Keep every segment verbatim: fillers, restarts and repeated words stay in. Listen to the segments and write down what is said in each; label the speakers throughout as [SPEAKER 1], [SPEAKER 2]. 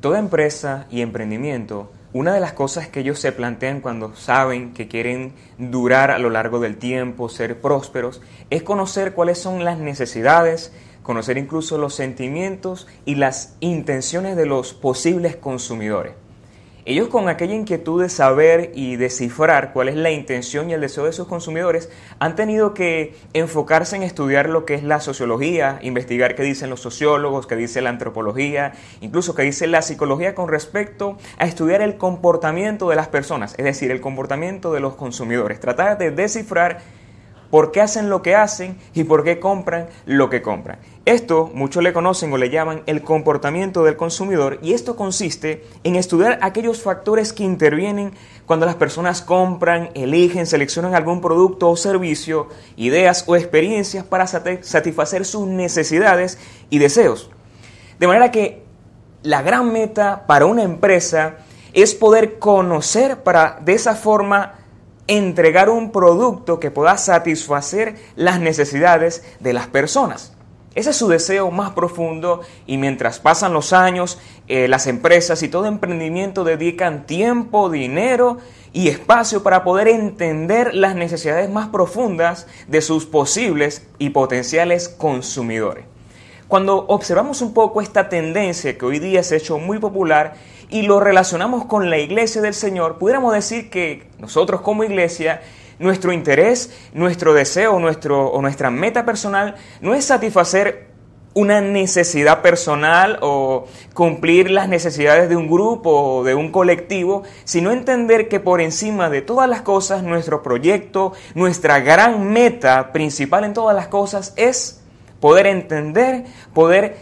[SPEAKER 1] toda empresa y emprendimiento, una de las cosas que ellos se plantean cuando saben que quieren durar a lo largo del tiempo, ser prósperos, es conocer cuáles son las necesidades, conocer incluso los sentimientos y las intenciones de los posibles consumidores. Ellos, con aquella inquietud de saber y descifrar cuál es la intención y el deseo de sus consumidores, han tenido que enfocarse en estudiar lo que es la sociología, investigar qué dicen los sociólogos, qué dice la antropología, incluso qué dice la psicología con respecto a estudiar el comportamiento de las personas, es decir, el comportamiento de los consumidores. Tratar de descifrar por qué hacen lo que hacen y por qué compran lo que compran. Esto muchos le conocen o le llaman el comportamiento del consumidor, y esto consiste en estudiar aquellos factores que intervienen cuando las personas compran, eligen, seleccionan algún producto o servicio, ideas o experiencias para satisfacer sus necesidades y deseos. De manera que la gran meta para una empresa es poder conocer para de esa forma entregar un producto que pueda satisfacer las necesidades de las personas. Ese es su deseo más profundo, y mientras pasan los años, eh, las empresas y todo emprendimiento dedican tiempo, dinero y espacio para poder entender las necesidades más profundas de sus posibles y potenciales consumidores. Cuando observamos un poco esta tendencia que hoy día se ha hecho muy popular y lo relacionamos con la iglesia del Señor, pudiéramos decir que nosotros como iglesia, nuestro interés, nuestro deseo, nuestro, o nuestra meta personal no es satisfacer una necesidad personal o cumplir las necesidades de un grupo o de un colectivo, sino entender que por encima de todas las cosas, nuestro proyecto, nuestra gran meta principal en todas las cosas es poder entender, poder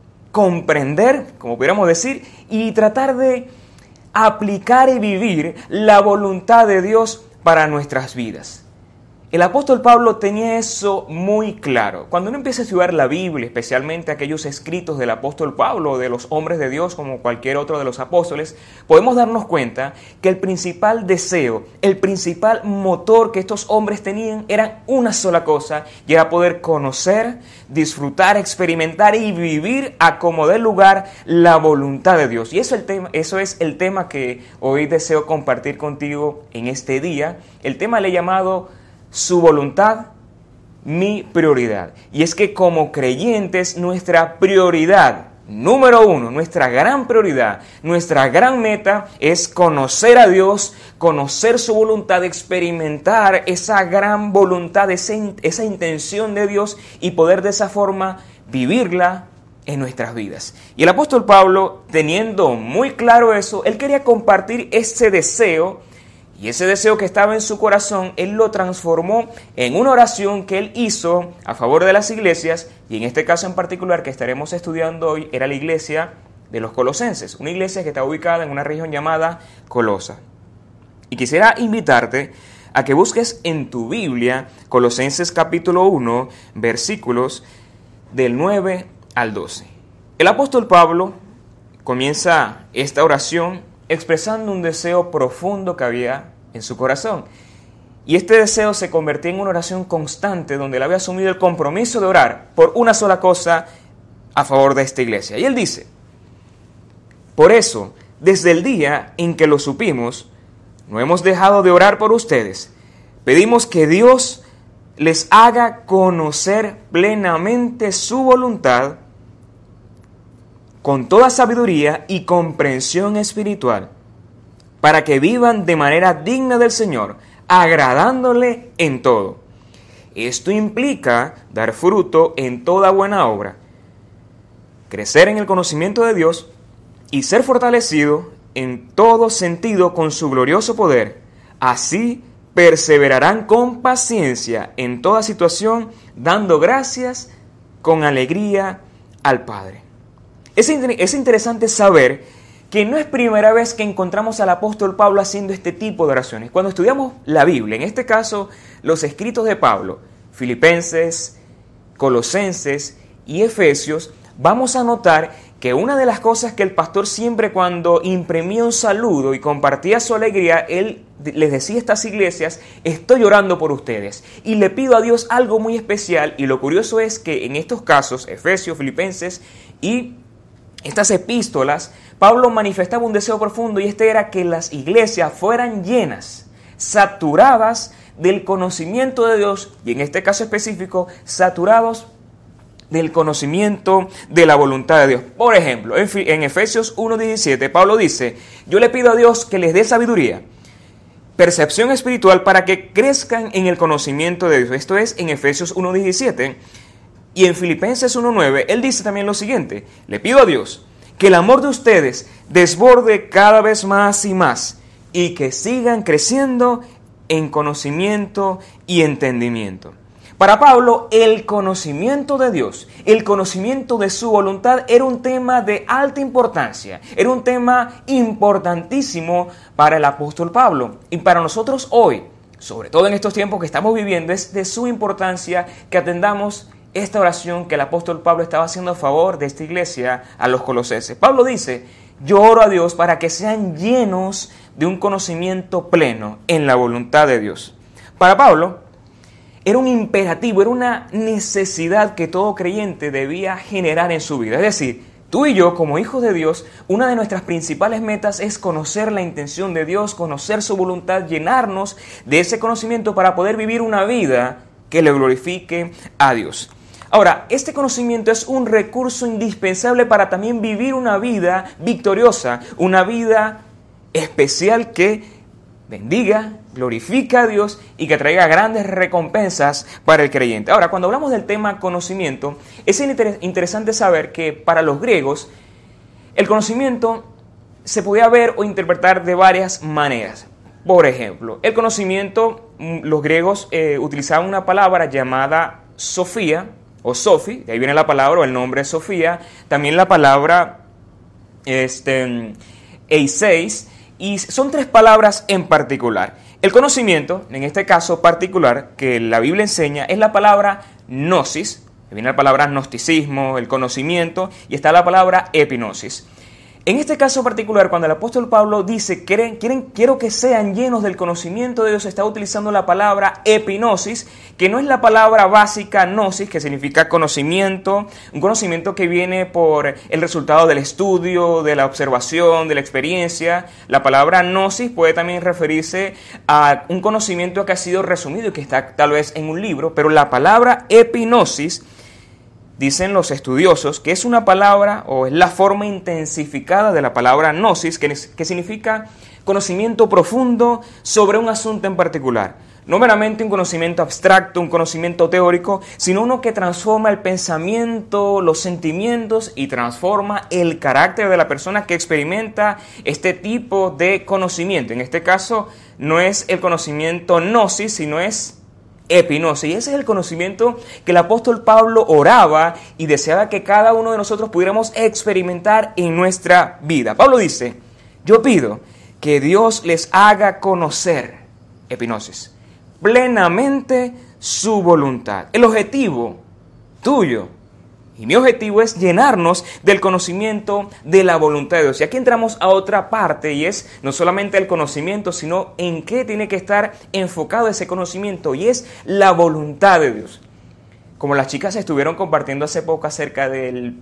[SPEAKER 1] comprender, como pudiéramos decir, y tratar de aplicar y vivir la voluntad de Dios para nuestras vidas. El apóstol Pablo tenía eso muy claro. Cuando uno empieza a estudiar la Biblia, especialmente aquellos escritos del apóstol Pablo o de los hombres de Dios como cualquier otro de los apóstoles, podemos darnos cuenta que el principal deseo, el principal motor que estos hombres tenían era una sola cosa, y era poder conocer, disfrutar, experimentar y vivir a como dé lugar la voluntad de Dios. Y eso, el tema, eso es el tema que hoy deseo compartir contigo en este día. El tema le he llamado Su voluntad, mi prioridad. Y es que como creyentes, nuestra prioridad número uno, nuestra gran prioridad, nuestra gran meta es conocer a Dios, conocer su voluntad, experimentar esa gran voluntad, esa, esa intención de Dios, y poder de esa forma vivirla en nuestras vidas. Y el apóstol Pablo, teniendo muy claro eso, él quería compartir ese deseo. Y ese deseo que estaba en su corazón, él lo transformó en una oración que él hizo a favor de las iglesias, y en este caso en particular que estaremos estudiando hoy era la iglesia de los Colosenses, una iglesia que está ubicada en una región llamada Colosa. Y quisiera invitarte a que busques en tu Biblia Colosenses capítulo uno, versículos del nueve al doce. El apóstol Pablo comienza esta oración expresando un deseo profundo que había en su corazón. Y este deseo se convertía en una oración constante donde él había asumido el compromiso de orar por una sola cosa a favor de esta iglesia. Y él dice: por eso, desde el día en que lo supimos, no hemos dejado de orar por ustedes. Pedimos que Dios les haga conocer plenamente su voluntad con toda sabiduría y comprensión espiritual, para que vivan de manera digna del Señor, agradándole en todo. Esto implica dar fruto en toda buena obra, crecer en el conocimiento de Dios y ser fortalecido en todo sentido con su glorioso poder. Así perseverarán con paciencia en toda situación, dando gracias con alegría al Padre. Es, es interesante saber que no es primera vez que encontramos al apóstol Pablo haciendo este tipo de oraciones. Cuando estudiamos la Biblia, en este caso los escritos de Pablo, Filipenses, Colosenses y Efesios, vamos a notar que una de las cosas que el pastor siempre, cuando imprimía un saludo y compartía su alegría, él les decía a estas iglesias: estoy orando por ustedes y le pido a Dios algo muy especial. Y lo curioso es que en estos casos, Efesios, Filipenses y estas epístolas, Pablo manifestaba un deseo profundo, y este era que las iglesias fueran llenas, saturadas del conocimiento de Dios, y en este caso específico, saturados del conocimiento de la voluntad de Dios. Por ejemplo, en Efesios uno diecisiete, Pablo dice: yo le pido a Dios que les dé sabiduría, percepción espiritual, para que crezcan en el conocimiento de Dios. Esto es en Efesios uno diecisiete. Y en Filipenses uno nueve, él dice también lo siguiente: le pido a Dios que el amor de ustedes desborde cada vez más y más, y que sigan creciendo en conocimiento y entendimiento. Para Pablo, el conocimiento de Dios, el conocimiento de su voluntad era un tema de alta importancia, era un tema importantísimo para el apóstol Pablo. Y para nosotros hoy, sobre todo en estos tiempos que estamos viviendo, es de su importancia que atendamos esta oración que el apóstol Pablo estaba haciendo a favor de esta iglesia a los colosenses. Pablo dice: yo oro a Dios para que sean llenos de un conocimiento pleno en la voluntad de Dios. Para Pablo, era un imperativo, era una necesidad que todo creyente debía generar en su vida. Es decir, tú y yo, como hijos de Dios, una de nuestras principales metas es conocer la intención de Dios, conocer su voluntad, llenarnos de ese conocimiento para poder vivir una vida que le glorifique a Dios. Ahora, este conocimiento es un recurso indispensable para también vivir una vida victoriosa, una vida especial que bendiga, glorifica a Dios y que traiga grandes recompensas para el creyente. Ahora, cuando hablamos del tema conocimiento, es inter- interesante saber que para los griegos el conocimiento se podía ver o interpretar de varias maneras. Por ejemplo, el conocimiento, los griegos eh, utilizaban una palabra llamada Sofía o Sofi, de ahí viene la palabra o el nombre Sofía, también la palabra este, Eiseis, y son tres palabras en particular. El conocimiento, en este caso particular, que la Biblia enseña, es la palabra gnosis, que viene la palabra gnosticismo, el conocimiento, y está la palabra epinosis. En este caso particular, cuando el apóstol Pablo dice, quieren, quieren, quiero que sean llenos del conocimiento de Dios, está utilizando la palabra epinosis, que no es la palabra básica gnosis, que significa conocimiento, un conocimiento que viene por el resultado del estudio, de la observación, de la experiencia. La palabra gnosis puede también referirse a un conocimiento que ha sido resumido y que está tal vez en un libro, pero la palabra epinosis, dicen los estudiosos, que es una palabra o es la forma intensificada de la palabra gnosis, que, que significa conocimiento profundo sobre un asunto en particular. No meramente un conocimiento abstracto, un conocimiento teórico, sino uno que transforma el pensamiento, los sentimientos y transforma el carácter de la persona que experimenta este tipo de conocimiento. En este caso no es el conocimiento gnosis, sino es epinosis, y ese es el conocimiento que el apóstol Pablo oraba y deseaba que cada uno de nosotros pudiéramos experimentar en nuestra vida. Pablo dice: yo pido que Dios les haga conocer, epinosis, plenamente su voluntad. El objetivo tuyo y mi objetivo es llenarnos del conocimiento de la voluntad de Dios. Y aquí entramos a otra parte, y es no solamente el conocimiento, sino en qué tiene que estar enfocado ese conocimiento, y es la voluntad de Dios. Como las chicas estuvieron compartiendo hace poco acerca del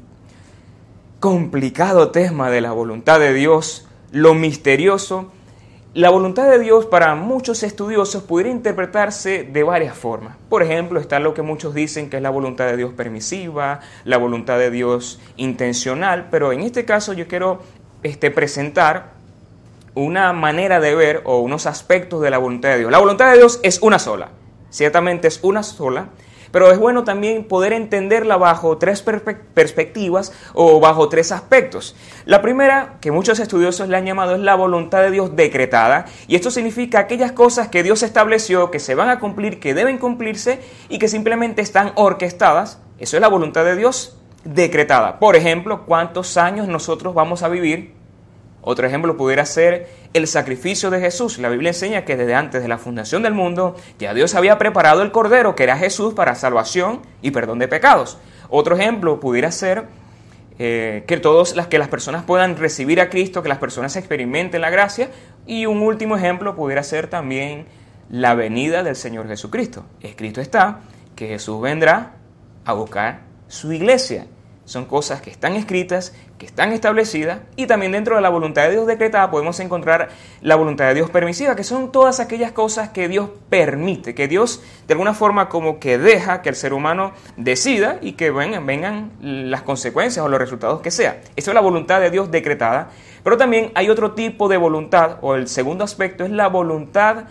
[SPEAKER 1] complicado tema de la voluntad de Dios, lo misterioso, la voluntad de Dios para muchos estudiosos pudiera interpretarse de varias formas. Por ejemplo, está lo que muchos dicen que es la voluntad de Dios permisiva, la voluntad de Dios intencional, pero en este caso yo quiero este, presentar una manera de ver o unos aspectos de la voluntad de Dios. La voluntad de Dios es una sola, ciertamente es una sola, pero es bueno también poder entenderla bajo tres perspe- perspectivas o bajo tres aspectos. La primera, que muchos estudiosos le han llamado, es la voluntad de Dios decretada, y esto significa aquellas cosas que Dios estableció, que se van a cumplir, que deben cumplirse y que simplemente están orquestadas. Eso es la voluntad de Dios decretada. Por ejemplo, ¿cuántos años nosotros vamos a vivir? Otro ejemplo pudiera ser el sacrificio de Jesús. La Biblia enseña que desde antes de la fundación del mundo ya Dios había preparado el Cordero, que era Jesús, para salvación y perdón de pecados. Otro ejemplo pudiera ser eh, que, todos las, que las personas puedan recibir a Cristo, que las personas experimenten la gracia. Y un último ejemplo pudiera ser también la venida del Señor Jesucristo. Escrito está que Jesús vendrá a buscar su iglesia. son cosas que están escritas, que están establecidas, y también dentro de la voluntad de Dios decretada podemos encontrar la voluntad de Dios permisiva, que son todas aquellas cosas que Dios permite, que Dios de alguna forma como que deja que el ser humano decida y que vengan, vengan las consecuencias o los resultados que sea. Eso es la voluntad de Dios decretada, pero también hay otro tipo de voluntad, o el segundo aspecto es la voluntad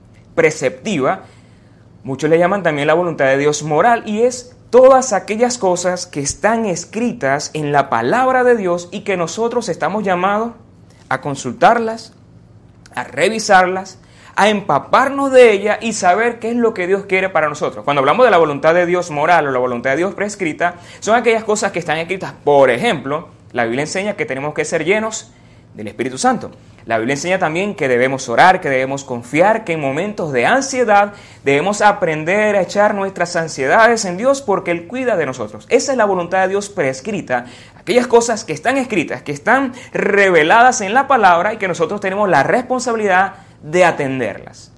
[SPEAKER 1] preceptiva. Muchos le llaman también la voluntad de Dios moral, y es todas aquellas cosas que están escritas en la palabra de Dios y que nosotros estamos llamados a consultarlas, a revisarlas, a empaparnos de ella y saber qué es lo que Dios quiere para nosotros. Cuando hablamos de la voluntad de Dios moral o la voluntad de Dios prescrita, son aquellas cosas que están escritas. Por ejemplo, la Biblia enseña que tenemos que ser llenos del Espíritu Santo. La Biblia enseña también que debemos orar, que debemos confiar, que en momentos de ansiedad debemos aprender a echar nuestras ansiedades en Dios porque Él cuida de nosotros. Esa es la voluntad de Dios prescrita, aquellas cosas que están escritas, que están reveladas en la palabra y que nosotros tenemos la responsabilidad de atenderlas.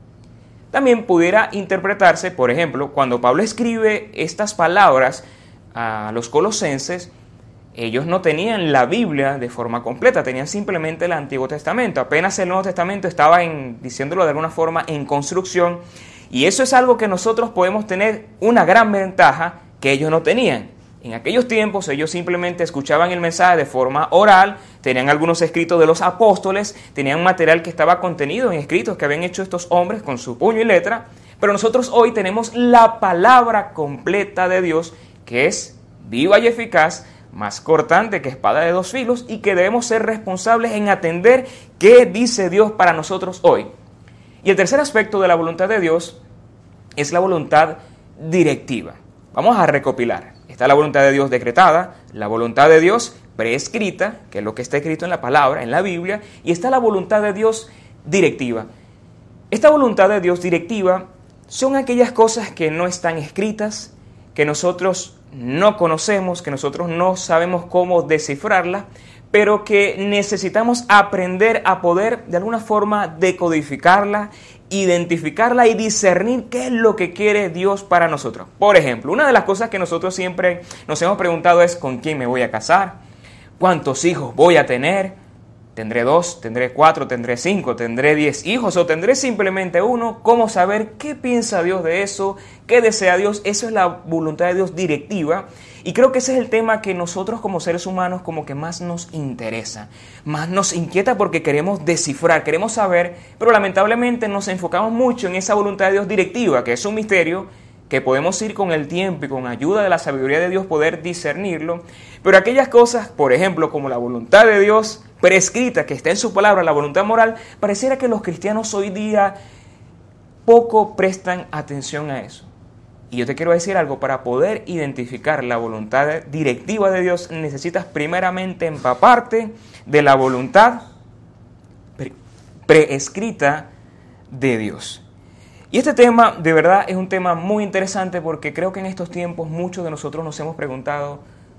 [SPEAKER 1] También pudiera interpretarse, por ejemplo, cuando Pablo escribe estas palabras a los colosenses, ellos no tenían la Biblia de forma completa, tenían simplemente el Antiguo Testamento. Apenas el Nuevo Testamento estaba, en, diciéndolo de alguna forma, en construcción. Y eso es algo que nosotros podemos tener una gran ventaja que ellos no tenían. En aquellos tiempos ellos simplemente escuchaban el mensaje de forma oral, tenían algunos escritos de los apóstoles, tenían material que estaba contenido en escritos que habían hecho estos hombres con su puño y letra. Pero nosotros hoy tenemos la palabra completa de Dios, que es viva y eficaz, más cortante que espada de dos filos, y que debemos ser responsables en atender qué dice Dios para nosotros hoy. Y el tercer aspecto de la voluntad de Dios es la voluntad directiva. Vamos a recopilar. Está la voluntad de Dios decretada, la voluntad de Dios prescrita, que es lo que está escrito en la palabra, en la Biblia, y está la voluntad de Dios directiva. Esta voluntad de Dios directiva son aquellas cosas que no están escritas, que nosotros no conocemos, que nosotros no sabemos cómo descifrarla, pero que necesitamos aprender a poder de alguna forma decodificarla, identificarla y discernir qué es lo que quiere Dios para nosotros. Por ejemplo, una de las cosas que nosotros siempre nos hemos preguntado es ¿con quién me voy a casar? ¿Cuántos hijos voy a tener? ¿Tendré dos? ¿Tendré cuatro? ¿Tendré cinco? ¿Tendré diez hijos? ¿O tendré simplemente uno? ¿Cómo saber qué piensa Dios de eso? ¿Qué desea Dios? Eso es la voluntad de Dios directiva. Y creo que ese es el tema que nosotros como seres humanos como que más nos interesa, más nos inquieta porque queremos descifrar, queremos saber, pero lamentablemente nos enfocamos mucho en esa voluntad de Dios directiva, que es un misterio que podemos ir con el tiempo y con ayuda de la sabiduría de Dios poder discernirlo. Pero aquellas cosas, por ejemplo, como la voluntad de Dios prescrita, que está en su palabra, la voluntad moral, pareciera que los cristianos hoy día poco prestan atención a eso. Y yo te quiero decir algo, para poder identificar la voluntad directiva de Dios, necesitas primeramente empaparte de la voluntad pre- prescrita de Dios. Y este tema, de verdad, es un tema muy interesante porque creo que en estos tiempos muchos de nosotros nos hemos preguntado,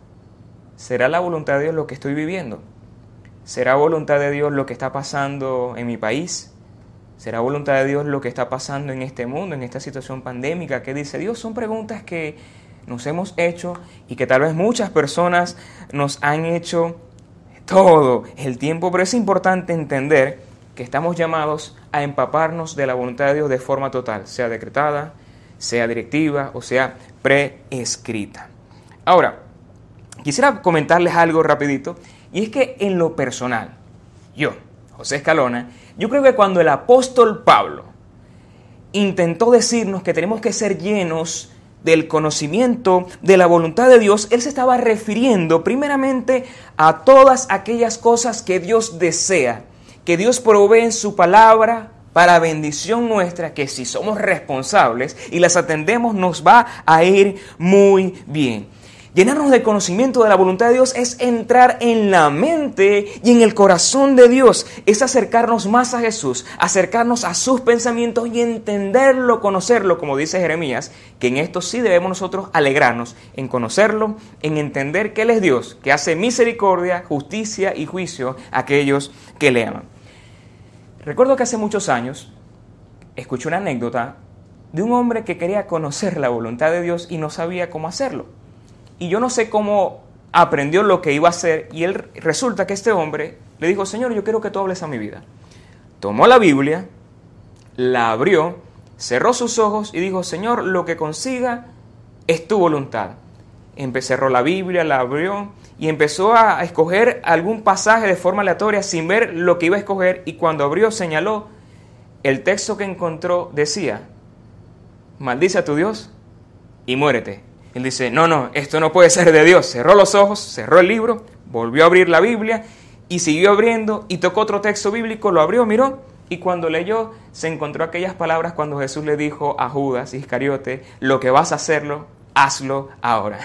[SPEAKER 1] ¿será la voluntad de Dios lo que estoy viviendo? ¿Será voluntad de Dios lo que está pasando en mi país? ¿Será voluntad de Dios lo que está pasando en este mundo, en esta situación pandémica? ¿Qué dice Dios? Son preguntas que nos hemos hecho y que tal vez muchas personas nos han hecho todo el tiempo, pero es importante entender que estamos llamados a empaparnos de la voluntad de Dios de forma total, sea decretada, sea directiva o sea prescrita. Ahora, quisiera comentarles algo rapidito, y es que en lo personal, yo, José Escalona, yo creo que cuando el apóstol Pablo intentó decirnos que tenemos que ser llenos del conocimiento de la voluntad de Dios, él se estaba refiriendo primeramente a todas aquellas cosas que Dios desea, que Dios provee en su palabra para bendición nuestra, que si somos responsables y las atendemos nos va a ir muy bien. Llenarnos de conocimiento de la voluntad de Dios es entrar en la mente y en el corazón de Dios. Es acercarnos más a Jesús, acercarnos a sus pensamientos y entenderlo, conocerlo, como dice Jeremías, que en esto sí debemos nosotros alegrarnos, en conocerlo, en entender que Él es Dios, que hace misericordia, justicia y juicio a aquellos que le aman. Recuerdo que hace muchos años escuché una anécdota de un hombre que quería conocer la voluntad de Dios y no sabía cómo hacerlo. Y yo no sé cómo aprendió lo que iba a hacer y él resulta que este hombre le dijo, Señor, yo quiero que tú hables a mi vida. Tomó la Biblia, la abrió, cerró sus ojos y dijo, Señor, lo que consiga es tu voluntad. Empezó, cerró la Biblia, la abrió y empezó a escoger algún pasaje de forma aleatoria sin ver lo que iba a escoger, y cuando abrió señaló, el texto que encontró decía, maldice a tu Dios y muérete. Él dice, no, no, esto no puede ser de Dios. Cerró los ojos, cerró el libro, volvió a abrir la Biblia y siguió abriendo y tocó otro texto bíblico, lo abrió, miró, y cuando leyó se encontró aquellas palabras cuando Jesús le dijo a Judas Iscariote, lo que vas a hacerlo, hazlo ahora.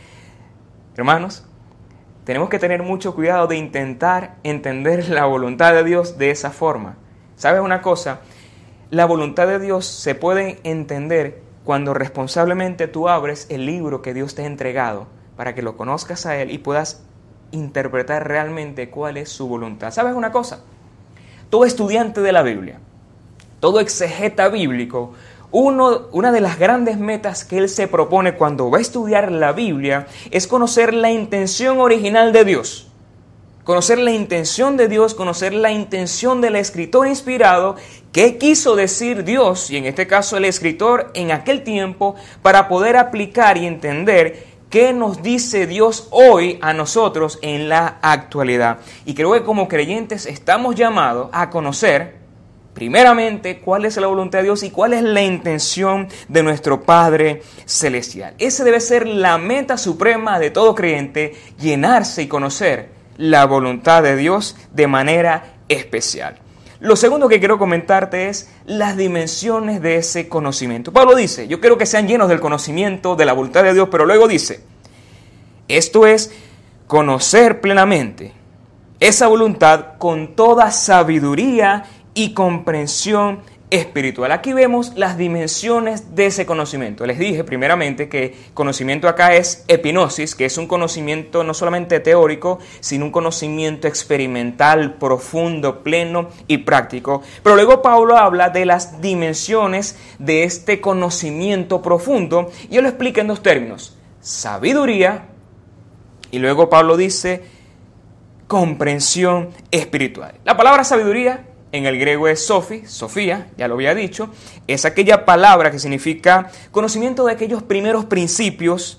[SPEAKER 1] Hermanos, tenemos que tener mucho cuidado de intentar entender la voluntad de Dios de esa forma. ¿Sabes una cosa? La voluntad de Dios se puede entender cuando responsablemente tú abres el libro que Dios te ha entregado para que lo conozcas a Él y puedas interpretar realmente cuál es su voluntad. ¿Sabes una cosa? Todo estudiante de la Biblia, todo exegeta bíblico, uno, una de las grandes metas que él se propone cuando va a estudiar la Biblia es conocer la intención original de Dios. Conocer la intención de Dios, conocer la intención del escritor inspirado, qué quiso decir Dios, y en este caso el escritor en aquel tiempo, para poder aplicar y entender qué nos dice Dios hoy a nosotros en la actualidad. Y creo que como creyentes estamos llamados a conocer primeramente cuál es la voluntad de Dios y cuál es la intención de nuestro Padre Celestial. Esa debe ser la meta suprema de todo creyente, llenarse y conocer la voluntad de Dios de manera especial. Lo segundo que quiero comentarte es las dimensiones de ese conocimiento. Pablo dice, yo quiero que sean llenos del conocimiento de la voluntad de Dios, pero luego dice, esto es conocer plenamente esa voluntad con toda sabiduría y comprensión espiritual. Aquí vemos las dimensiones de ese conocimiento. Les dije primeramente que conocimiento acá es epinosis, que es un conocimiento no solamente teórico, sino un conocimiento experimental, profundo, pleno y práctico. Pero luego Pablo habla de las dimensiones de este conocimiento profundo y él lo explica en dos términos: sabiduría, y luego Pablo dice comprensión espiritual. La palabra sabiduría en el griego es Sofi, Sofía, ya lo había dicho, es aquella palabra que significa conocimiento de aquellos primeros principios,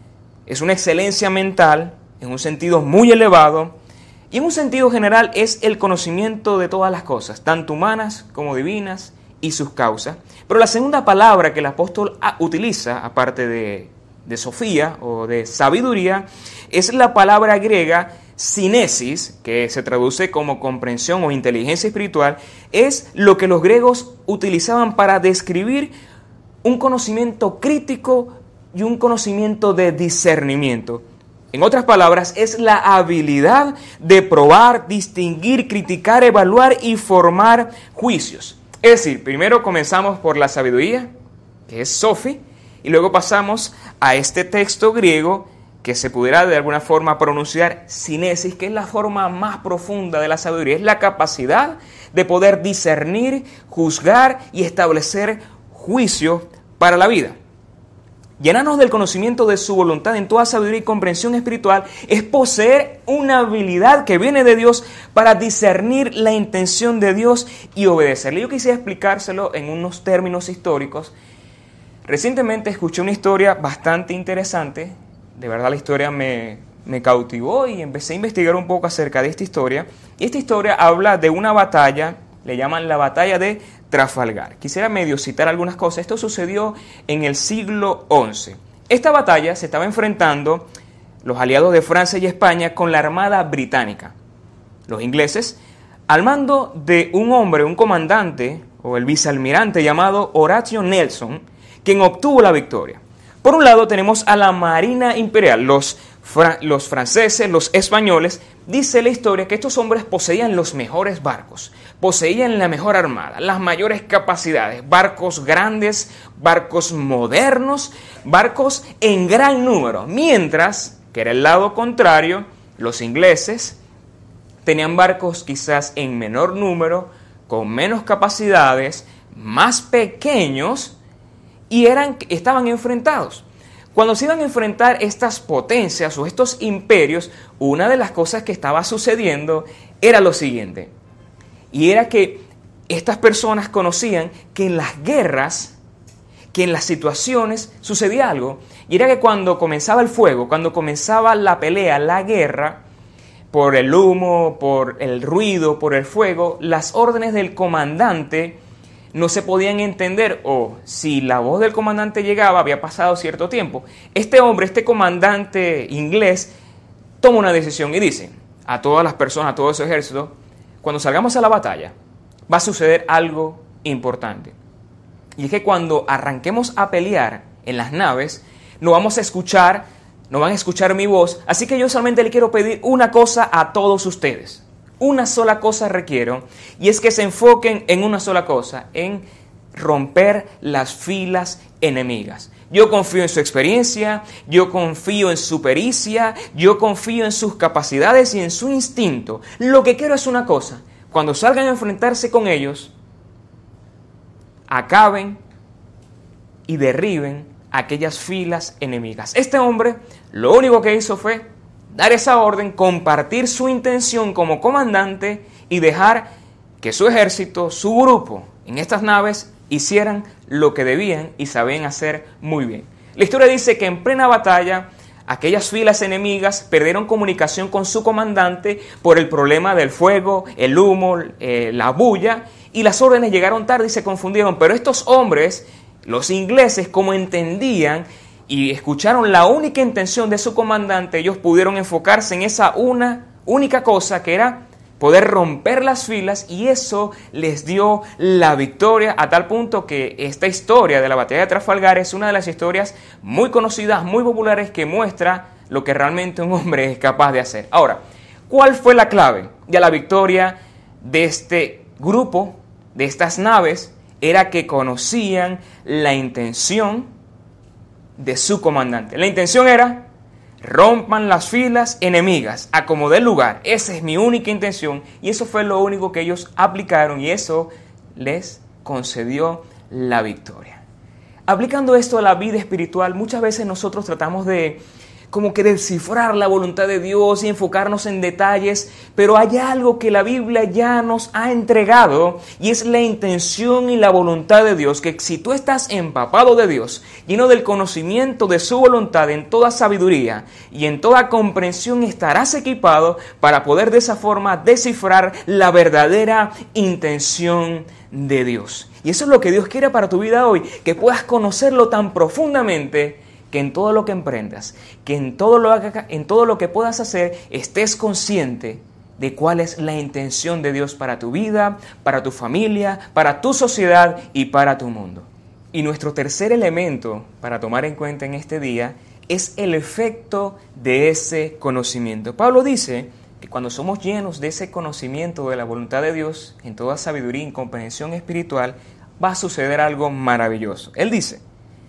[SPEAKER 1] es una excelencia mental, en un sentido muy elevado, y en un sentido general es el conocimiento de todas las cosas, tanto humanas como divinas, y sus causas. Pero la segunda palabra que el apóstol utiliza, aparte de, de Sofía o de sabiduría, es la palabra griega Sinesis, que se traduce como comprensión o inteligencia espiritual, es lo que los griegos utilizaban para describir un conocimiento crítico y un conocimiento de discernimiento. En otras palabras, es la habilidad de probar, distinguir, criticar, evaluar y formar juicios. Es decir, primero comenzamos por la sabiduría, que es Sofi, y luego pasamos a este texto griego que se pudiera de alguna forma pronunciar sinesis, que es la forma más profunda de la sabiduría, es la capacidad de poder discernir, juzgar y establecer juicio para la vida. Llenarnos del conocimiento de su voluntad en toda sabiduría y comprensión espiritual es poseer una habilidad que viene de Dios para discernir la intención de Dios y obedecerle. Yo quisiera explicárselo en unos términos históricos. Recientemente escuché una historia bastante interesante. De verdad la historia me, me cautivó y empecé a investigar un poco acerca de esta historia. Y esta historia habla de una batalla, le llaman la batalla de Trafalgar. Quisiera medio citar algunas cosas. Esto sucedió en el siglo once. Esta batalla se estaba enfrentando los aliados de Francia y España con la Armada Británica. Los ingleses, al mando de un hombre, un comandante o el vicealmirante llamado Horatio Nelson, quien obtuvo la victoria. Por un lado tenemos a la Marina Imperial, los, fra- los franceses, los españoles. Dice la historia que estos hombres poseían los mejores barcos, poseían la mejor armada, las mayores capacidades, barcos grandes, barcos modernos, barcos en gran número. Mientras que era el lado contrario, los ingleses tenían barcos quizás en menor número, con menos capacidades, más pequeños, y eran, estaban enfrentados. Cuando se iban a enfrentar estas potencias o estos imperios, una de las cosas que estaba sucediendo era lo siguiente. Y era que estas personas conocían que en las guerras, que en las situaciones sucedía algo. Y era que cuando comenzaba el fuego, cuando comenzaba la pelea, la guerra, por el humo, por el ruido, por el fuego, las órdenes del comandante no se podían entender, o si la voz del comandante llegaba, había pasado cierto tiempo. Este hombre, este comandante inglés, toma una decisión y dice a todas las personas, a todo su ejército, cuando salgamos a la batalla, va a suceder algo importante. Y es que cuando arranquemos a pelear en las naves, no vamos a escuchar, no van a escuchar mi voz, así que yo solamente le quiero pedir una cosa a todos ustedes. Una sola cosa requiero, y es que se enfoquen en una sola cosa, en romper las filas enemigas. Yo confío en su experiencia, yo confío en su pericia, yo confío en sus capacidades y en su instinto. Lo que quiero es una cosa, cuando salgan a enfrentarse con ellos, acaben y derriben aquellas filas enemigas. Este hombre lo único que hizo fue dar esa orden, compartir su intención como comandante y dejar que su ejército, su grupo en estas naves hicieran lo que debían y sabían hacer muy bien. La historia dice que en plena batalla aquellas filas enemigas perdieron comunicación con su comandante por el problema del fuego, el humo, eh, la bulla, y las órdenes llegaron tarde y se confundieron. Pero estos hombres, los ingleses, como entendían y escucharon la única intención de su comandante, ellos pudieron enfocarse en esa una única cosa, que era poder romper las filas, y eso les dio la victoria, a tal punto que esta historia de la batalla de Trafalgar es una de las historias muy conocidas, muy populares, que muestra lo que realmente un hombre es capaz de hacer. Ahora, ¿cuál fue la clave de la victoria de este grupo, de estas naves? Era que conocían la intención de su comandante. La intención era: rompan las filas enemigas, a como dé lugar. Esa es mi única intención, y eso fue lo único que ellos aplicaron, y eso les concedió la victoria. Aplicando esto a la vida espiritual, muchas veces nosotros tratamos de como que descifrar la voluntad de Dios y enfocarnos en detalles, pero hay algo que la Biblia ya nos ha entregado, y es la intención y la voluntad de Dios, que si tú estás empapado de Dios, lleno del conocimiento de su voluntad en toda sabiduría y en toda comprensión, estarás equipado para poder de esa forma descifrar la verdadera intención de Dios. Y eso es lo que Dios quiere para tu vida hoy, que puedas conocerlo tan profundamente, que en todo lo que emprendas, que en todo lo, en todo lo que puedas hacer, estés consciente de cuál es la intención de Dios para tu vida, para tu familia, para tu sociedad y para tu mundo. Y nuestro tercer elemento para tomar en cuenta en este día es el efecto de ese conocimiento. Pablo dice que cuando somos llenos de ese conocimiento de la voluntad de Dios, en toda sabiduría y comprensión espiritual, va a suceder algo maravilloso. Él dice: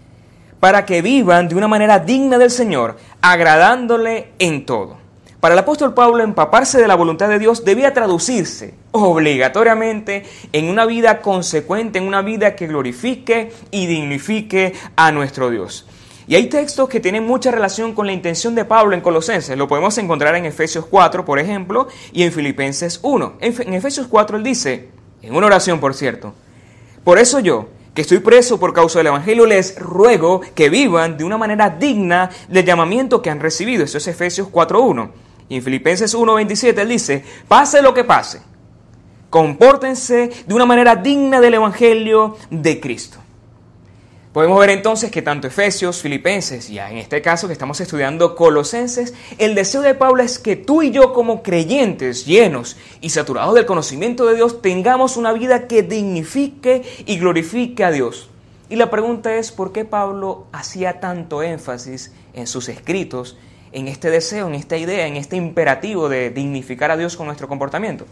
[SPEAKER 1] para que vivan de una manera digna del Señor, agradándole en todo. Para el apóstol Pablo, empaparse de la voluntad de Dios debía traducirse obligatoriamente en una vida consecuente, en una vida que glorifique y dignifique a nuestro Dios. Y hay textos que tienen mucha relación con la intención de Pablo en Colosenses. Lo podemos encontrar en Efesios cuatro, por ejemplo, y en Filipenses uno. En Efesios cuatro él dice, en una oración por cierto: por eso yo, que estoy preso por causa del Evangelio, les ruego que vivan de una manera digna del llamamiento que han recibido. Eso es Efesios cuatro uno. Y en Filipenses uno veintisiete él dice: pase lo que pase, compórtense de una manera digna del Evangelio de Cristo. Podemos ver entonces que tanto Efesios, Filipenses, y en este caso que estamos estudiando Colosenses, el deseo de Pablo es que tú y yo, como creyentes llenos y saturados del conocimiento de Dios, tengamos una vida que dignifique y glorifique a Dios. Y la pregunta es: ¿por qué Pablo hacía tanto énfasis en sus escritos en este deseo, en esta idea, en este imperativo de dignificar a Dios con nuestro comportamiento?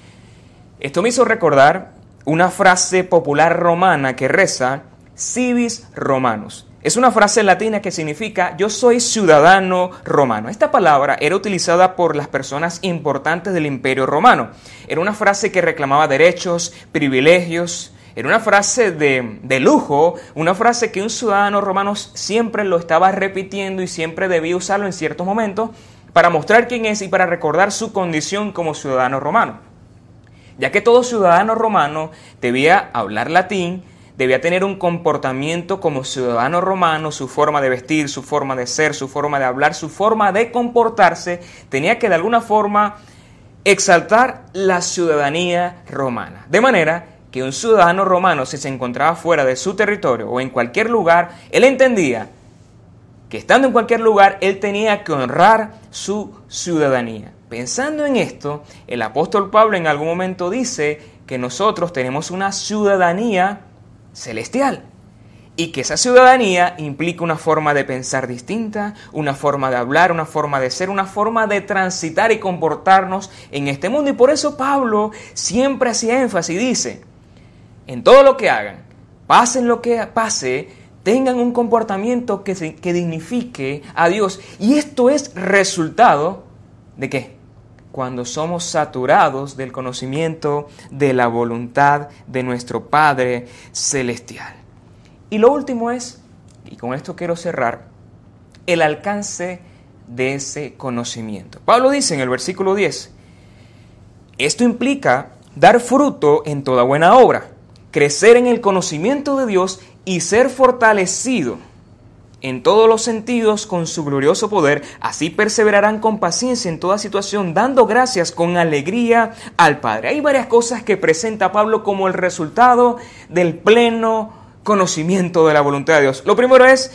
[SPEAKER 1] Esto me hizo recordar una frase popular romana que reza: civis romanus. Es una frase latina que significa yo soy ciudadano romano. Esta palabra era utilizada por las personas importantes del Imperio Romano. Era una frase que reclamaba derechos, privilegios, Era una frase de, de lujo, una frase que un ciudadano romano siempre lo estaba repitiendo y siempre debía usarlo en ciertos momentos para mostrar quién es y para recordar su condición como ciudadano romano. Ya que todo ciudadano romano debía hablar latín, debía tener un comportamiento como ciudadano romano, su forma de vestir, su forma de ser, su forma de hablar, su forma de comportarse, tenía que de alguna forma exaltar la ciudadanía romana. De manera que un ciudadano romano, si se encontraba fuera de su territorio o en cualquier lugar, él entendía que estando en cualquier lugar, él tenía que honrar su ciudadanía. Pensando en esto, el apóstol Pablo en algún momento dice que nosotros tenemos una ciudadanía celestial y que esa ciudadanía implica una forma de pensar distinta, una forma de hablar, una forma de ser, una forma de transitar y comportarnos en este mundo. Y por eso Pablo siempre hacía énfasis y dice, en todo lo que hagan, pasen lo que pase, tengan un comportamiento que, se, que dignifique a Dios. Y esto es resultado ¿de qué? Cuando somos saturados del conocimiento de la voluntad de nuestro Padre Celestial. Y lo último es, y con esto quiero cerrar, el alcance de ese conocimiento. Pablo dice en el versículo diez, esto implica dar fruto en toda buena obra, crecer en el conocimiento de Dios y ser fortalecido en todos los sentidos con su glorioso poder. Así perseverarán con paciencia en toda situación, dando gracias con alegría al Padre. Hay varias cosas que presenta Pablo como el resultado del pleno conocimiento de la voluntad de Dios. Lo primero es,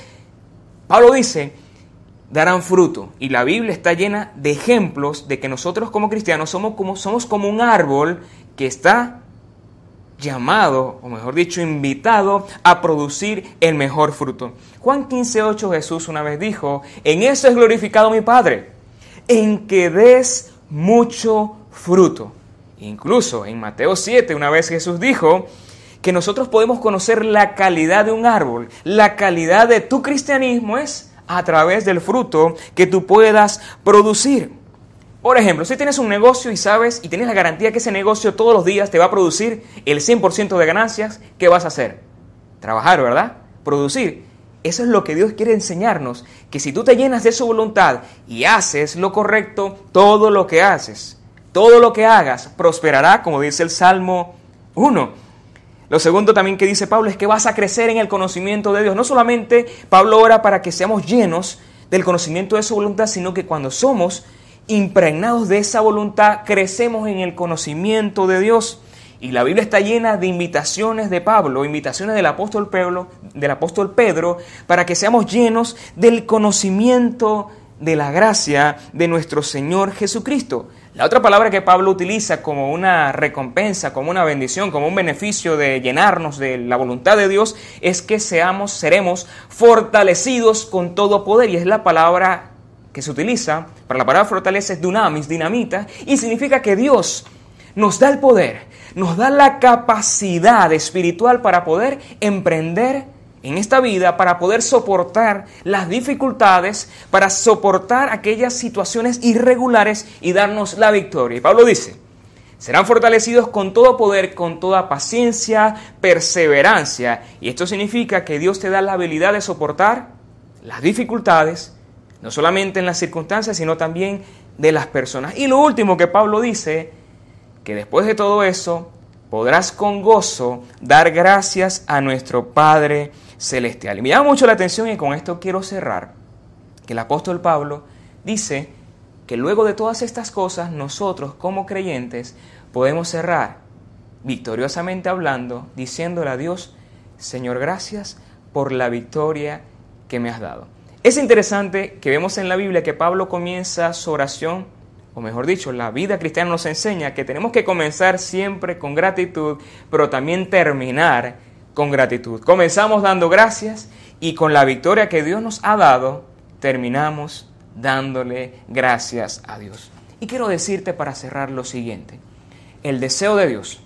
[SPEAKER 1] Pablo dice, darán fruto. Y la Biblia está llena de ejemplos de que nosotros como cristianos somos como, somos como un árbol que está llamado, o mejor dicho, invitado a producir el mejor fruto. Juan quince ocho, Jesús una vez dijo, en eso es glorificado mi Padre, en que des mucho fruto. Incluso en Mateo siete, una vez Jesús dijo que nosotros podemos conocer la calidad de un árbol. La calidad de tu cristianismo es a través del fruto que tú puedas producir. Por ejemplo, si tienes un negocio y sabes y tienes la garantía que ese negocio todos los días te va a producir el cien por ciento de ganancias, ¿qué vas a hacer? Trabajar, ¿verdad? Producir. Eso es lo que Dios quiere enseñarnos, que si tú te llenas de su voluntad y haces lo correcto, todo lo que haces, todo lo que hagas prosperará, como dice el Salmo uno. Lo segundo también que dice Pablo es que vas a crecer en el conocimiento de Dios. No solamente Pablo ora para que seamos llenos del conocimiento de su voluntad, sino que cuando somos impregnados de esa voluntad, crecemos en el conocimiento de Dios. Y la Biblia está llena de invitaciones de Pablo, invitaciones del apóstol Pedro, del apóstol Pedro, para que seamos llenos del conocimiento de la gracia de nuestro Señor Jesucristo. La otra palabra que Pablo utiliza como una recompensa, como una bendición, como un beneficio de llenarnos de la voluntad de Dios, es que seamos, seremos fortalecidos con todo poder. Y es la palabra que se utiliza para la palabra fortaleza es dunamis, dinamita, y significa que Dios nos da el poder, nos da la capacidad espiritual para poder emprender en esta vida, para poder soportar las dificultades, para soportar aquellas situaciones irregulares y darnos la victoria. Y Pablo dice, serán fortalecidos con todo poder, con toda paciencia, perseverancia. Y esto significa que Dios te da la habilidad de soportar las dificultades, no solamente en las circunstancias, sino también de las personas. Y lo último que Pablo dice, que después de todo eso, podrás con gozo dar gracias a nuestro Padre Celestial. Y me llama mucho la atención, y con esto quiero cerrar, que el apóstol Pablo dice que luego de todas estas cosas, nosotros como creyentes podemos cerrar victoriosamente hablando, diciéndole a Dios, Señor, gracias por la victoria que me has dado. Es interesante que vemos en la Biblia que Pablo comienza su oración, o mejor dicho, la vida cristiana nos enseña que tenemos que comenzar siempre con gratitud, pero también terminar con gratitud. Comenzamos dando gracias y con la victoria que Dios nos ha dado, terminamos dándole gracias a Dios. Y quiero decirte para cerrar lo siguiente, el deseo de Dios,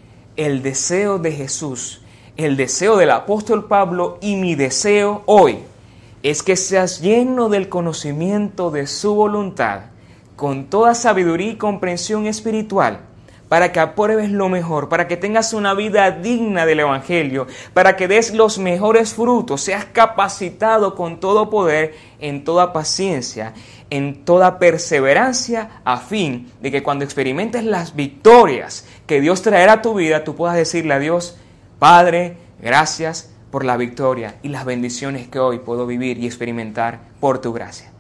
[SPEAKER 1] el deseo de Jesús, el deseo del apóstol Pablo y mi deseo hoy, es que seas lleno del conocimiento de su voluntad, con toda sabiduría y comprensión espiritual, para que apruebes lo mejor, para que tengas una vida digna del Evangelio, para que des los mejores frutos, seas capacitado con todo poder, en toda paciencia, en toda perseverancia, a fin de que cuando experimentes las victorias que Dios traerá a tu vida, tú puedas decirle a Dios: Padre, gracias por la victoria y las bendiciones que hoy puedo vivir y experimentar por tu gracia.